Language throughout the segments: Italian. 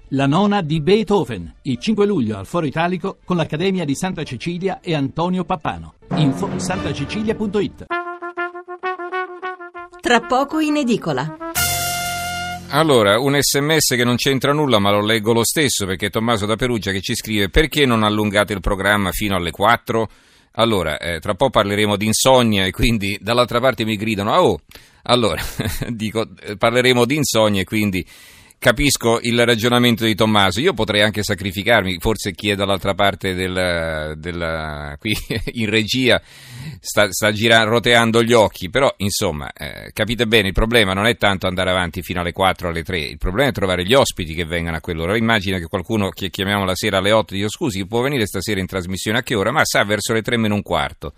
La nona di Beethoven, il 5 luglio al Foro Italico con l'Accademia di Santa Cecilia e Antonio Pappano. Info santacecilia.it. Tra poco in edicola. Allora, un sms che non c'entra nulla, ma lo leggo lo stesso perché è Tommaso da Perugia che ci scrive: perché non allungate il programma fino alle 4? Allora, tra poco parleremo di insonnia e quindi dall'altra parte mi gridano allora, dico, parleremo di insonnia e quindi capisco il ragionamento di Tommaso. Io potrei anche sacrificarmi, forse chi è dall'altra parte qui in regia sta roteando gli occhi, però insomma capite bene, il problema non è tanto andare avanti fino alle 4 alle 3, il problema è trovare gli ospiti che vengano a quell'ora. Immagina che qualcuno che chiamiamo la sera alle 8 dice: scusi, può venire stasera in trasmissione a che ora? Ma sa, verso le 3 meno un quarto.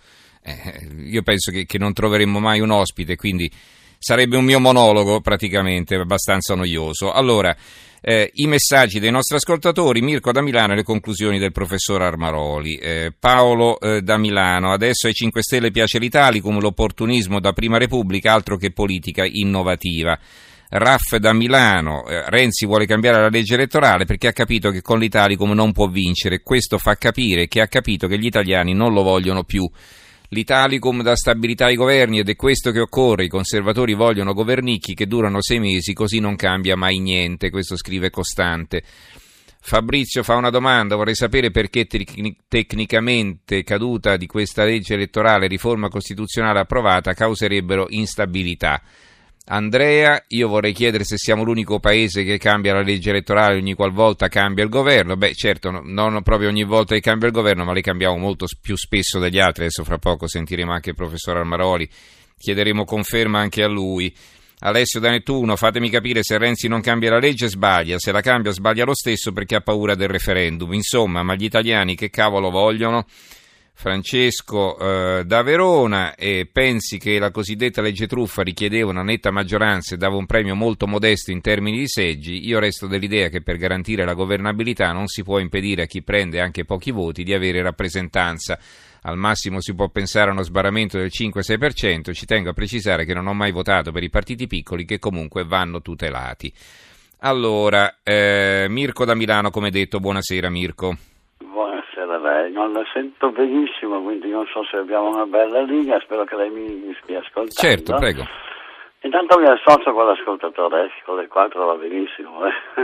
Io penso che non troveremmo mai un ospite, quindi sarebbe un mio monologo praticamente abbastanza noioso. Allora, i messaggi dei nostri ascoltatori: Mirko da Milano e le conclusioni del professor Armaroli. Paolo da Milano: adesso ai 5 Stelle piace l'Italicum, l'opportunismo da Prima Repubblica, altro che politica innovativa. Raff da Milano: Renzi vuole cambiare la legge elettorale perché ha capito che con l'Italicum non può vincere, questo fa capire che ha capito che gli italiani non lo vogliono più. L'Italicum dà stabilità ai governi ed è questo che occorre. I conservatori vogliono governicchi che durano 6 mesi, così non cambia mai niente. Questo scrive Costante. Fabrizio fa una domanda: vorrei sapere perché tecnicamente caduta di questa legge elettorale, riforma costituzionale approvata, causerebbero instabilità. Andrea: io vorrei chiedere se siamo l'unico paese che cambia la legge elettorale ogni qualvolta cambia il governo. Beh, certo, non proprio ogni volta che cambia il governo, ma le cambiamo molto più spesso degli altri. Adesso fra poco sentiremo anche il professor Armaroli, chiederemo conferma anche a lui. Alessio da Nettuno: fatemi capire, se Renzi non cambia la legge sbaglia, se la cambia sbaglia lo stesso perché ha paura del referendum. Insomma, ma gli italiani che cavolo vogliono? Francesco da Verona: pensi che la cosiddetta legge truffa richiedeva una netta maggioranza e dava un premio molto modesto in termini di seggi? Io resto dell'idea che per garantire la governabilità non si può impedire a chi prende anche pochi voti di avere rappresentanza. Al massimo si può pensare a uno sbarramento del 5-6%. Ci tengo a precisare che non ho mai votato per i partiti piccoli, che comunque vanno tutelati. Allora, Mirko da Milano, come detto, buonasera Mirko. Buonasera a lei, non la sento benissimo, quindi non so se abbiamo una bella linea, spero che lei mi stia ascoltando. Certo, prego. Intanto mi associo con l'ascoltatore, con le 4 va benissimo.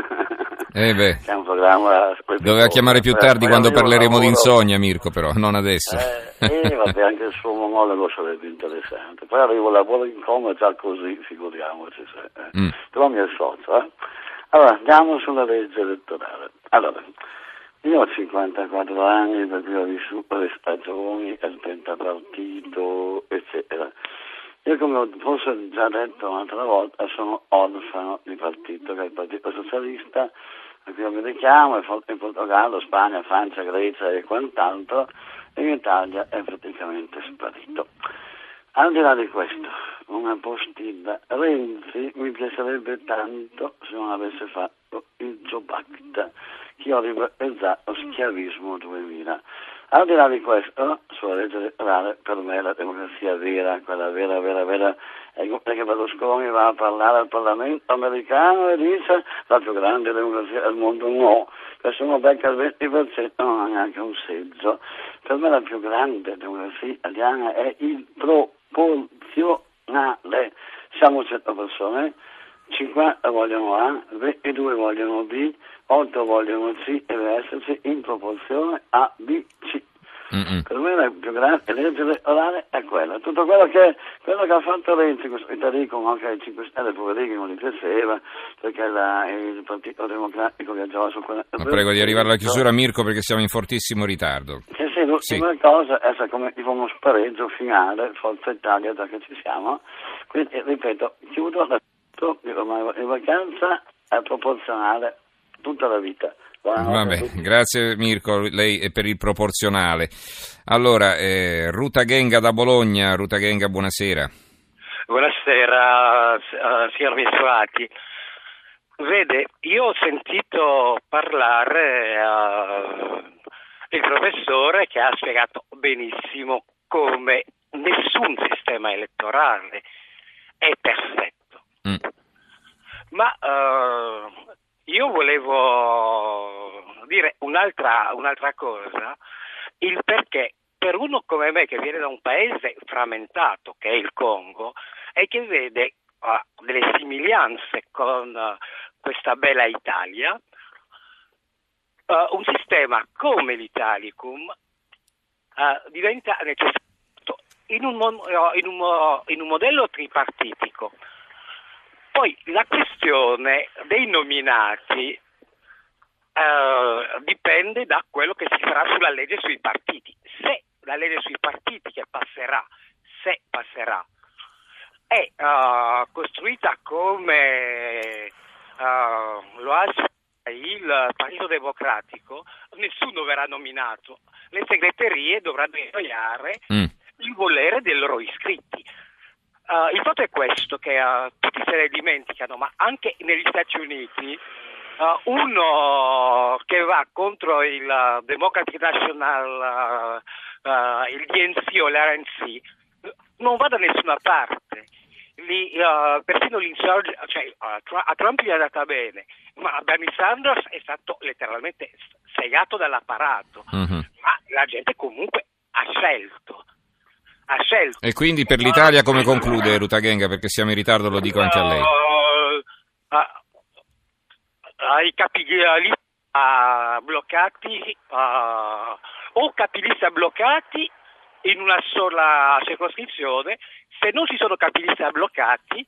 Beh, È un programma doveva chiamare più tardi quando parleremo di insonnia, Mirko, però, non adesso. Vabbè, anche il suo monologo sarebbe interessante. Poi arrivo al lavoro in coma, già così, figuriamoci se. Però mi associo. Allora, andiamo sulla legge elettorale. Allora, io ho 54 anni, per cui ho vissuto le stagioni, il pentapartito, eccetera. Io, come ho forse già detto un'altra volta, sono orfano di partito, che è il Partito Socialista, a cui io mi richiamo, in Portogallo, Spagna, Francia, Grecia e quant'altro, e in Italia è praticamente sparito. Al di là di questo, una postilla: Renzi mi piacerebbe tanto se non avesse fatto il Job Act, che ha liberalizzato schiavismo 2000. Al di là di questo, sulla legge elettorale, per me la democrazia vera, quella vera, è perché Berlusconi va a parlare al Parlamento americano e dice: la più grande democrazia del mondo. No, se uno becca il 20% non ha neanche un seggio. Per me la più grande democrazia italiana è il proporzionale. Siamo 100 persone, 50 vogliono A, 22 vogliono B, 8 vogliono C, e deve esserci in proporzione A, B, C. Per me la più grande legge elettorale è quella. Tutto quello che ha fatto Renzi, questo Italicum, anche ai 5 Stelle, poverini, non gli piaceva, perché il Partito Democratico viaggiava su quella. Ma prego di arrivare alla chiusura, Mirko, perché siamo in fortissimo ritardo. Sì, l'ultima cosa è come tipo uno spareggio finale, Forza Italia, già che ci siamo. Quindi, ripeto, chiudo la in vacanza è proporzionale tutta la vita. Vabbè, grazie Mirko, lei è per il proporzionale. Allora, Ruta Genga da Bologna. Ruta Genga, buonasera. Buonasera, signor Missurati. Vede, io ho sentito parlare il professore che ha spiegato benissimo come nessun sistema elettorale è perfetto. Ma io volevo dire un'altra cosa, il perché per uno come me che viene da un paese frammentato che è il Congo e che vede delle somiglianze con questa bella Italia, un sistema come l'Italicum diventa necessario in un modello tripartitico. Poi la questione dei nominati dipende da quello che si farà sulla legge sui partiti. Se la legge sui partiti che passerà, se passerà, è costruita come lo ha il Partito Democratico, nessuno verrà nominato. Le segreterie dovranno inviare il volere dei loro iscritti. Il fatto è questo, che tutti se ne dimenticano, ma anche negli Stati Uniti uno che va contro il Democratic National, il DNC o l'RNC, non va da nessuna parte. Persino a Trump gli è andata bene, ma Bernie Sanders è stato letteralmente segato dall'apparato, ma la gente comunque ha scelto. E quindi per l'Italia come conclude Ruta Genga, perché siamo in ritardo, lo dico anche a lei. I capilista bloccati o capilista bloccati in una sola circoscrizione. Se non ci sono capilista bloccati,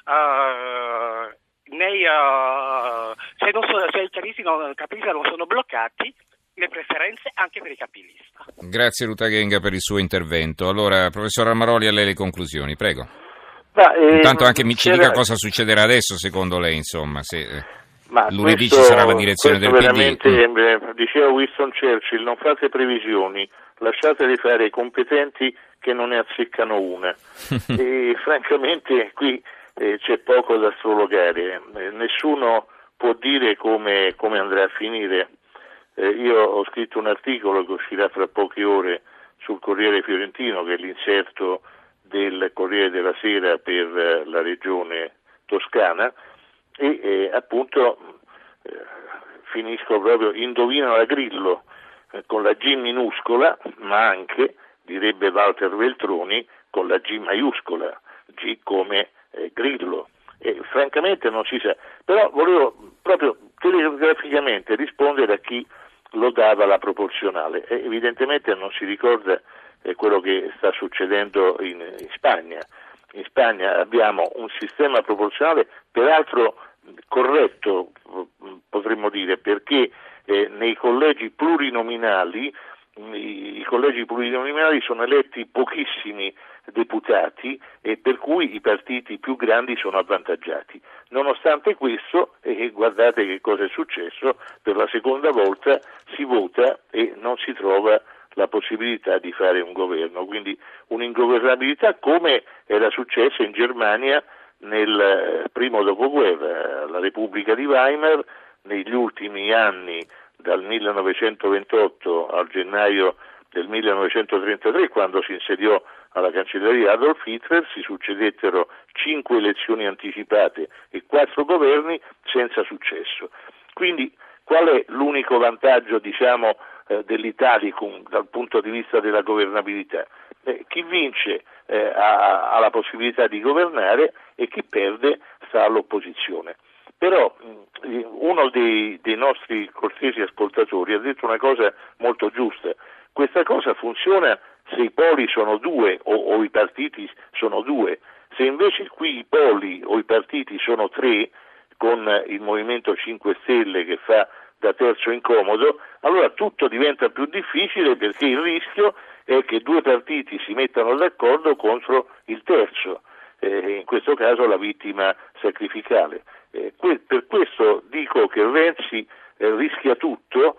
se i capilista non sono bloccati, le preferenze anche per i capilista. Grazie Ruta Genga per il suo intervento. Allora, professor Armaroli, a lei le conclusioni, prego. Intanto anche ci dica cosa succederà adesso secondo lei, insomma, se lunedì ci sarà la direzione del PD. Diceva Winston Churchill, non fate previsioni, lasciateli fare i competenti che non ne azzeccano una. E francamente qui c'è poco da astrologare, nessuno può dire come andrà a finire. Io ho scritto un articolo che uscirà fra poche ore sul Corriere Fiorentino, che è l'inserto del Corriere della Sera per la regione toscana, e appunto finisco proprio, indovinano la Grillo, con la G minuscola, ma anche, direbbe Walter Veltroni, con la G maiuscola, G come Grillo. E francamente non si sa, però volevo proprio telegraficamente rispondere a chi lodava la proporzionale. Evidentemente non si ricorda quello che sta succedendo in Spagna. In Spagna abbiamo un sistema proporzionale peraltro corretto, potremmo dire, perché nei collegi plurinominali i collegi plurinominali sono eletti pochissimi deputati e per cui i partiti più grandi sono avvantaggiati. Nonostante questo, guardate che cosa è successo, per la seconda volta si vota e non si trova la possibilità di fare un governo, quindi un'ingovernabilità come era successo in Germania nel primo dopoguerra, la Repubblica di Weimar negli ultimi anni dal 1928 al gennaio del 1933, quando si insediò alla cancelleria Adolf Hitler, si succedettero 5 elezioni anticipate e 4 governi senza successo. Quindi qual è l'unico vantaggio, dell'Italicum dal punto di vista della governabilità? Chi vince ha la possibilità di governare e chi perde sta all'opposizione. Però uno dei nostri cortesi ascoltatori ha detto una cosa molto giusta: questa cosa funziona se i poli sono due o i partiti sono due. Se invece qui i poli o i partiti sono tre, con il Movimento 5 Stelle che fa da terzo incomodo, allora tutto diventa più difficile, perché il rischio è che due partiti si mettano d'accordo contro il terzo, in questo caso la vittima sacrificale. Per questo dico che Renzi rischia tutto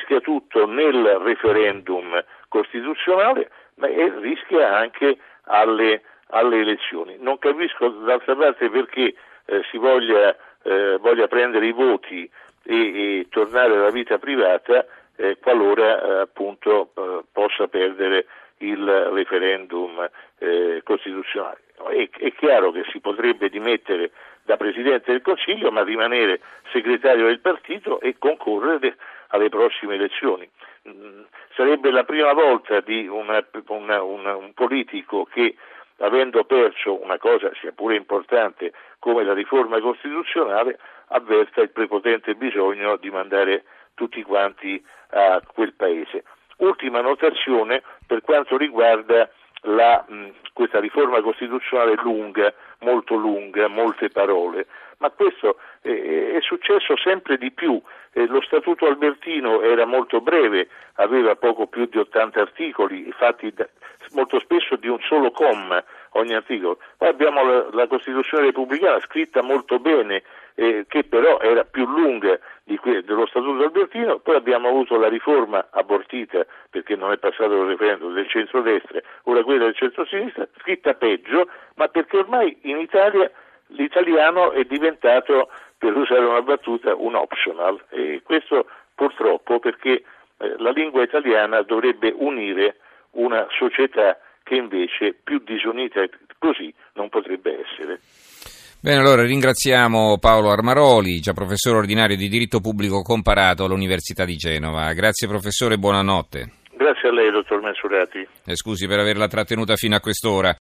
nel referendum costituzionale, ma rischia anche alle elezioni. Non capisco d'altra parte perché si voglia prendere i voti e tornare alla vita privata qualora appunto possa perdere il referendum costituzionale. È chiaro che si potrebbe dimettere da Presidente del Consiglio, ma rimanere segretario del partito e concorrere alle prossime elezioni. Sarebbe la prima volta di un politico che, avendo perso una cosa sia pure importante come la riforma costituzionale, avverta il prepotente bisogno di mandare tutti quanti a quel paese. Ultima notazione per quanto riguarda questa riforma costituzionale lunga, molto lunga, molte parole, ma questo è successo sempre di più. Lo Statuto Albertino era molto breve, aveva poco più di 80 articoli, fatti molto spesso di un solo comma ogni articolo. Poi abbiamo la Costituzione repubblicana scritta molto bene, che però era più lunga dello Statuto Albertino. Poi abbiamo avuto la riforma abortita perché non è passato il referendum del centrodestra, ora quella del centrosinistra, scritta peggio, ma perché ormai in Italia l'italiano è diventato, per usare una battuta, un optional, e questo purtroppo perché la lingua italiana dovrebbe unire una società che invece più disunita così non potrebbe essere. Bene, allora ringraziamo Paolo Armaroli, già professore ordinario di diritto pubblico comparato all'Università di Genova. Grazie professore, buonanotte. Grazie a lei, dottor Mensurati. Scusi per averla trattenuta fino a quest'ora.